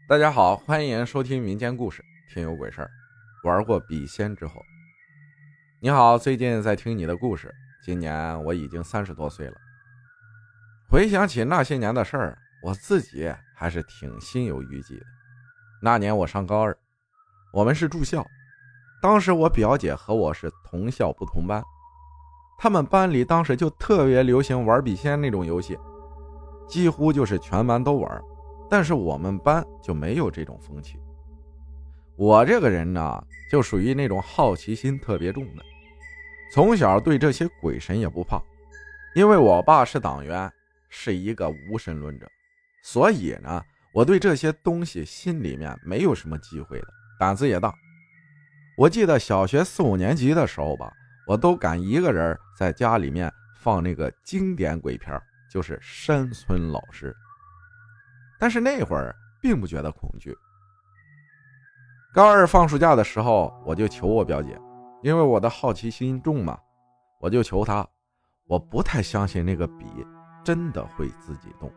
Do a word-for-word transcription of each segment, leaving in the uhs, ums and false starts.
大家好，欢迎收听民间故事，听有鬼事儿。玩过笔仙之后，你好，最近在听你的故事。今年我已经三十多岁了，回想起那些年的事儿，我自己还是挺心有余悸的。那年我上高二，我们是住校，当时我表姐和我是同校不同班，他们班里当时就特别流行玩笔仙那种游戏，几乎就是全班都玩。但是我们班就没有这种风气。我这个人呢，就属于那种好奇心特别重的，从小对这些鬼神也不怕。因为我爸是党员，是一个无神论者，所以呢，我对这些东西心里面没有什么忌讳的，胆子也大。我记得小学四五年级的时候吧，我都敢一个人在家里面放那个经典鬼片，就是山村老尸。但是那会儿并不觉得恐惧。高二放暑假的时候，我就求我表姐，因为我的好奇心重嘛，我就求她，我不太相信那个笔真的会自己动，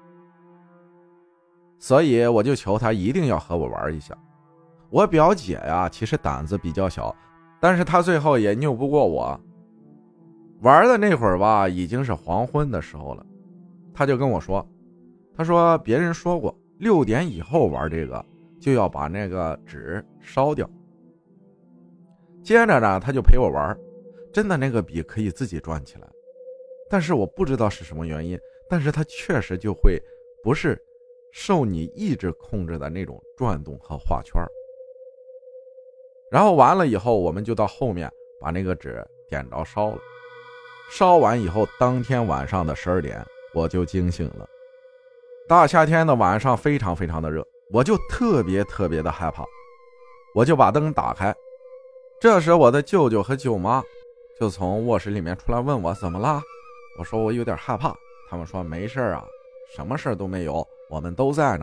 所以我就求她一定要和我玩一下。我表姐呀，其实胆子比较小，但是她最后也拗不过我。玩的那会儿吧，已经是黄昏的时候了，她就跟我说，他说别人说过六点以后玩这个就要把那个纸烧掉。接着呢，他就陪我玩，真的那个笔可以自己转起来，但是我不知道是什么原因，但是它确实就会不是受你意志控制的那种转动和画圈。然后完了以后，我们就到后面把那个纸点着烧了。烧完以后，当天晚上的十二点我就惊醒了。大夏天的晚上非常非常的热，我就特别特别的害怕，我就把灯打开。这时我的舅舅和舅妈就从卧室里面出来问我怎么啦，我说我有点害怕，他们说没事啊，什么事都没有，我们都在呢。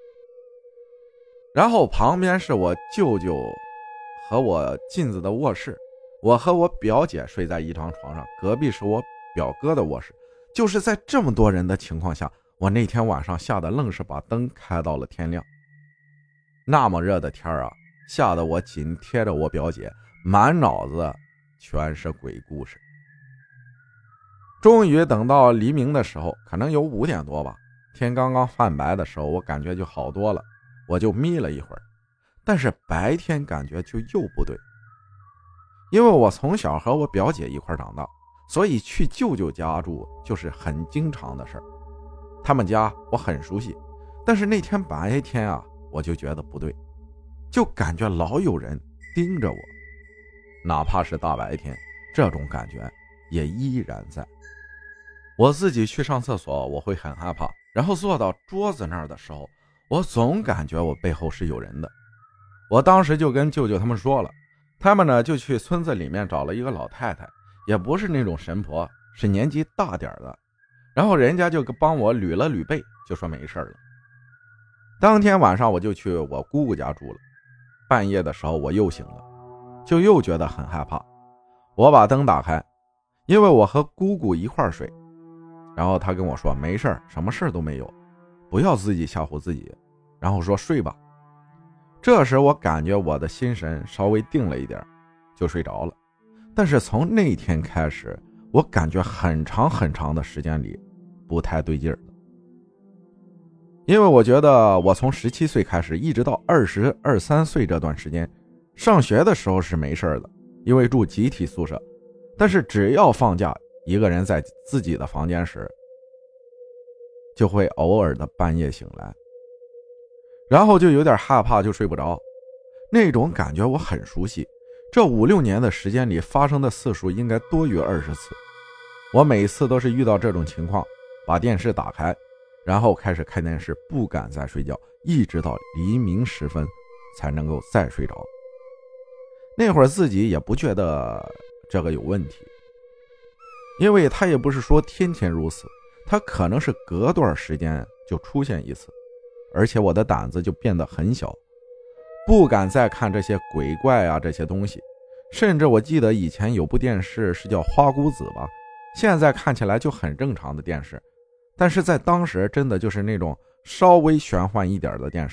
然后旁边是我舅舅和我镜子的卧室，我和我表姐睡在一张床上，隔壁是我表哥的卧室。就是在这么多人的情况下，我那天晚上吓得愣是把灯开到了天亮。那么热的天啊，吓得我紧贴着我表姐，满脑子全是鬼故事。终于等到黎明的时候，可能有五点多吧，天刚刚泛白的时候，我感觉就好多了，我就眯了一会儿。但是白天感觉就又不对，因为我从小和我表姐一块长大，所以去舅舅家住就是很经常的事儿。他们家我很熟悉，但是那天白天啊，我就觉得不对，就感觉老有人盯着我，哪怕是大白天，这种感觉也依然在。我自己去上厕所，我会很害怕，然后坐到桌子那儿的时候，我总感觉我背后是有人的。我当时就跟舅舅他们说了，他们呢就去村子里面找了一个老太太，也不是那种神婆，是年纪大点的，然后人家就帮我捋了捋背，就说没事了。当天晚上我就去我姑姑家住了，半夜的时候我又醒了，就又觉得很害怕。我把灯打开，因为我和姑姑一块睡，然后她跟我说没事，什么事都没有，不要自己吓唬自己，然后说睡吧。这时我感觉我的心神稍微定了一点，就睡着了。但是从那天开始，我感觉很长很长的时间里不太对劲儿，因为我觉得我从十七岁开始一直到二十二三岁这段时间，上学的时候是没事的，因为住集体宿舍，但是只要放假一个人在自己的房间时，就会偶尔的半夜醒来，然后就有点害怕，就睡不着。那种感觉我很熟悉，这五六年的时间里发生的次数应该多于二十次。我每次都是遇到这种情况，把电视打开，然后开始看电视，不敢再睡觉，一直到黎明时分才能够再睡着。那会儿自己也不觉得这个有问题，因为他也不是说天天如此，他可能是隔段时间就出现一次，而且我的胆子就变得很小，不敢再看这些鬼怪啊这些东西。甚至我记得以前有部电视是叫花姑子吧，现在看起来就很正常的电视，但是在当时真的就是那种稍微玄幻一点的电视，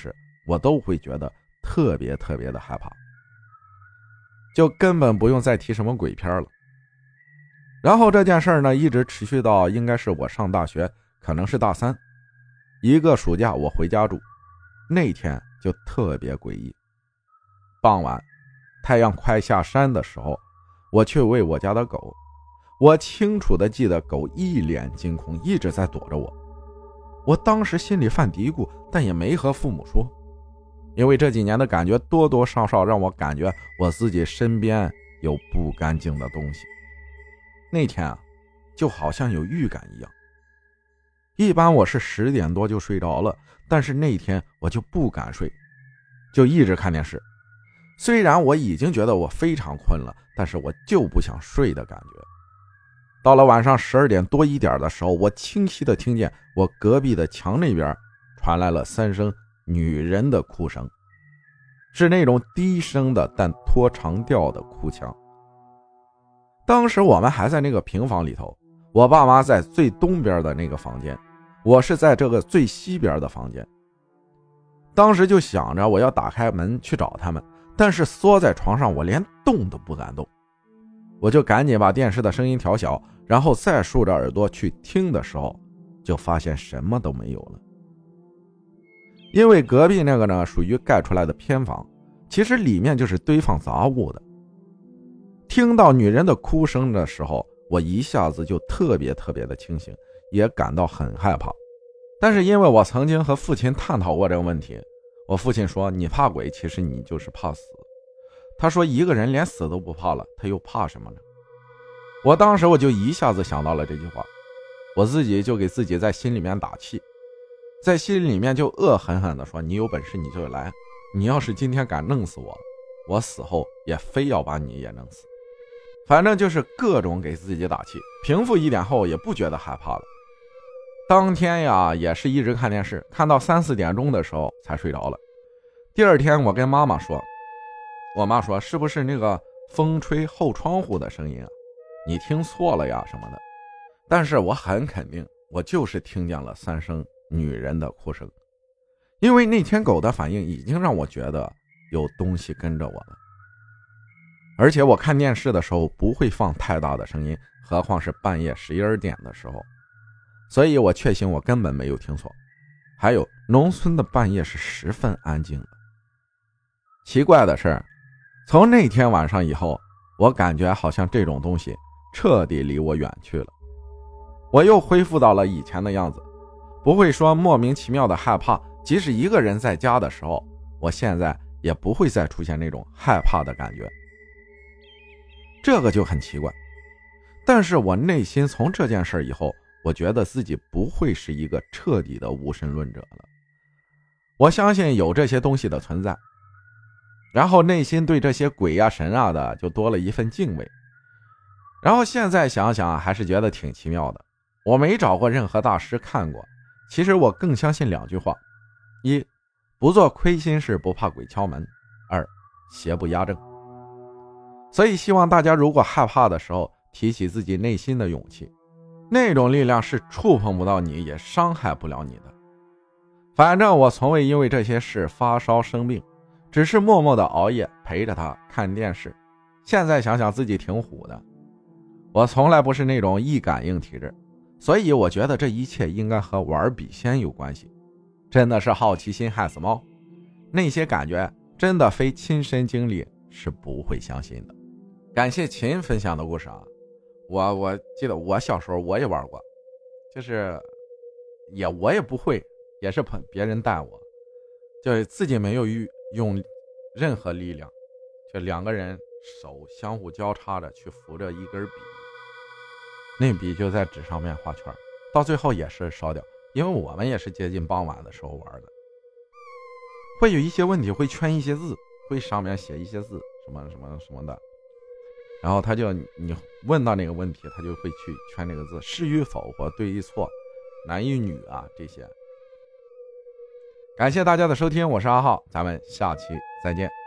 我都会觉得特别特别的害怕，就根本不用再提什么鬼片了。然后这件事呢，一直持续到应该是我上大学，可能是大三。一个暑假我回家住，那天就特别诡异。傍晚太阳快下山的时候，我去喂我家的狗，我清楚地记得狗一脸惊恐，一直在躲着我。我当时心里犯嘀咕，但也没和父母说，因为这几年的感觉多多少少让我感觉我自己身边有不干净的东西。那天啊，就好像有预感一样。一般我是十点多就睡着了，但是那天我就不敢睡，就一直看电视。虽然我已经觉得我非常困了，但是我就不想睡的感觉。到了晚上十二点多一点的时候，我清晰的听见我隔壁的墙那边传来了三声女人的哭声，是那种低声的但拖长调的哭腔。当时我们还在那个平房里头，我爸妈在最东边的那个房间，我是在这个最西边的房间。当时就想着我要打开门去找他们，但是缩在床上我连动都不敢动。我就赶紧把电视的声音调小，然后再竖着耳朵去听的时候，就发现什么都没有了。因为隔壁那个呢属于盖出来的偏房，其实里面就是堆放杂物的。听到女人的哭声的时候，我一下子就特别特别的清醒，也感到很害怕。但是因为我曾经和父亲探讨过这个问题，我父亲说，你怕鬼，其实你就是怕死。他说一个人连死都不怕了，他又怕什么呢？我当时我就一下子想到了这句话，我自己就给自己在心里面打气，在心里面就恶狠狠地说，你有本事你就来，你要是今天敢弄死我，我死后也非要把你也弄死。反正就是各种给自己打气，平复一点后也不觉得害怕了。当天呀也是一直看电视，看到三四点钟的时候才睡着了。第二天我跟妈妈说，我妈说是不是那个风吹后窗户的声音啊，你听错了呀什么的。但是我很肯定，我就是听见了三声女人的哭声，因为那天狗的反应已经让我觉得有东西跟着我了。而且我看电视的时候不会放太大的声音，何况是半夜十一点的时候，所以我确信我根本没有听错。还有，农村的半夜是十分安静的。奇怪的是，从那天晚上以后，我感觉好像这种东西彻底离我远去了。我又恢复到了以前的样子，不会说莫名其妙的害怕，即使一个人在家的时候，我现在也不会再出现那种害怕的感觉。这个就很奇怪，但是我内心从这件事以后，我觉得自己不会是一个彻底的无神论者了。我相信有这些东西的存在，然后内心对这些鬼啊神啊的就多了一份敬畏。然后现在想想还是觉得挺奇妙的。我没找过任何大师看过，其实我更相信两句话：一，不做亏心事，不怕鬼敲门；二，邪不压正。所以希望大家如果害怕的时候，提起自己内心的勇气，那种力量是触碰不到你，也伤害不了你的。反正我从未因为这些事发烧生病，只是默默的熬夜陪着他看电视。现在想想自己挺虎的，我从来不是那种易感应体质，所以我觉得这一切应该和玩笔仙有关系。真的是好奇心害死猫，那些感觉真的非亲身经历是不会相信的。感谢秦分享的故事啊，我我记得我小时候我也玩过，就是也我也不会，也是别人带我，就是自己没有用任何力量，就两个人手相互交叉着去扶着一根笔，那笔就在纸上面画圈，到最后也是烧掉，因为我们也是接近傍晚的时候玩的。会有一些问题会圈一些字，会上面写一些字什么什么什么的，然后他就你问到那个问题，他就会去圈那个字，是与否或对与错，男与女啊这些。感谢大家的收听，我是阿浩，咱们下期再见。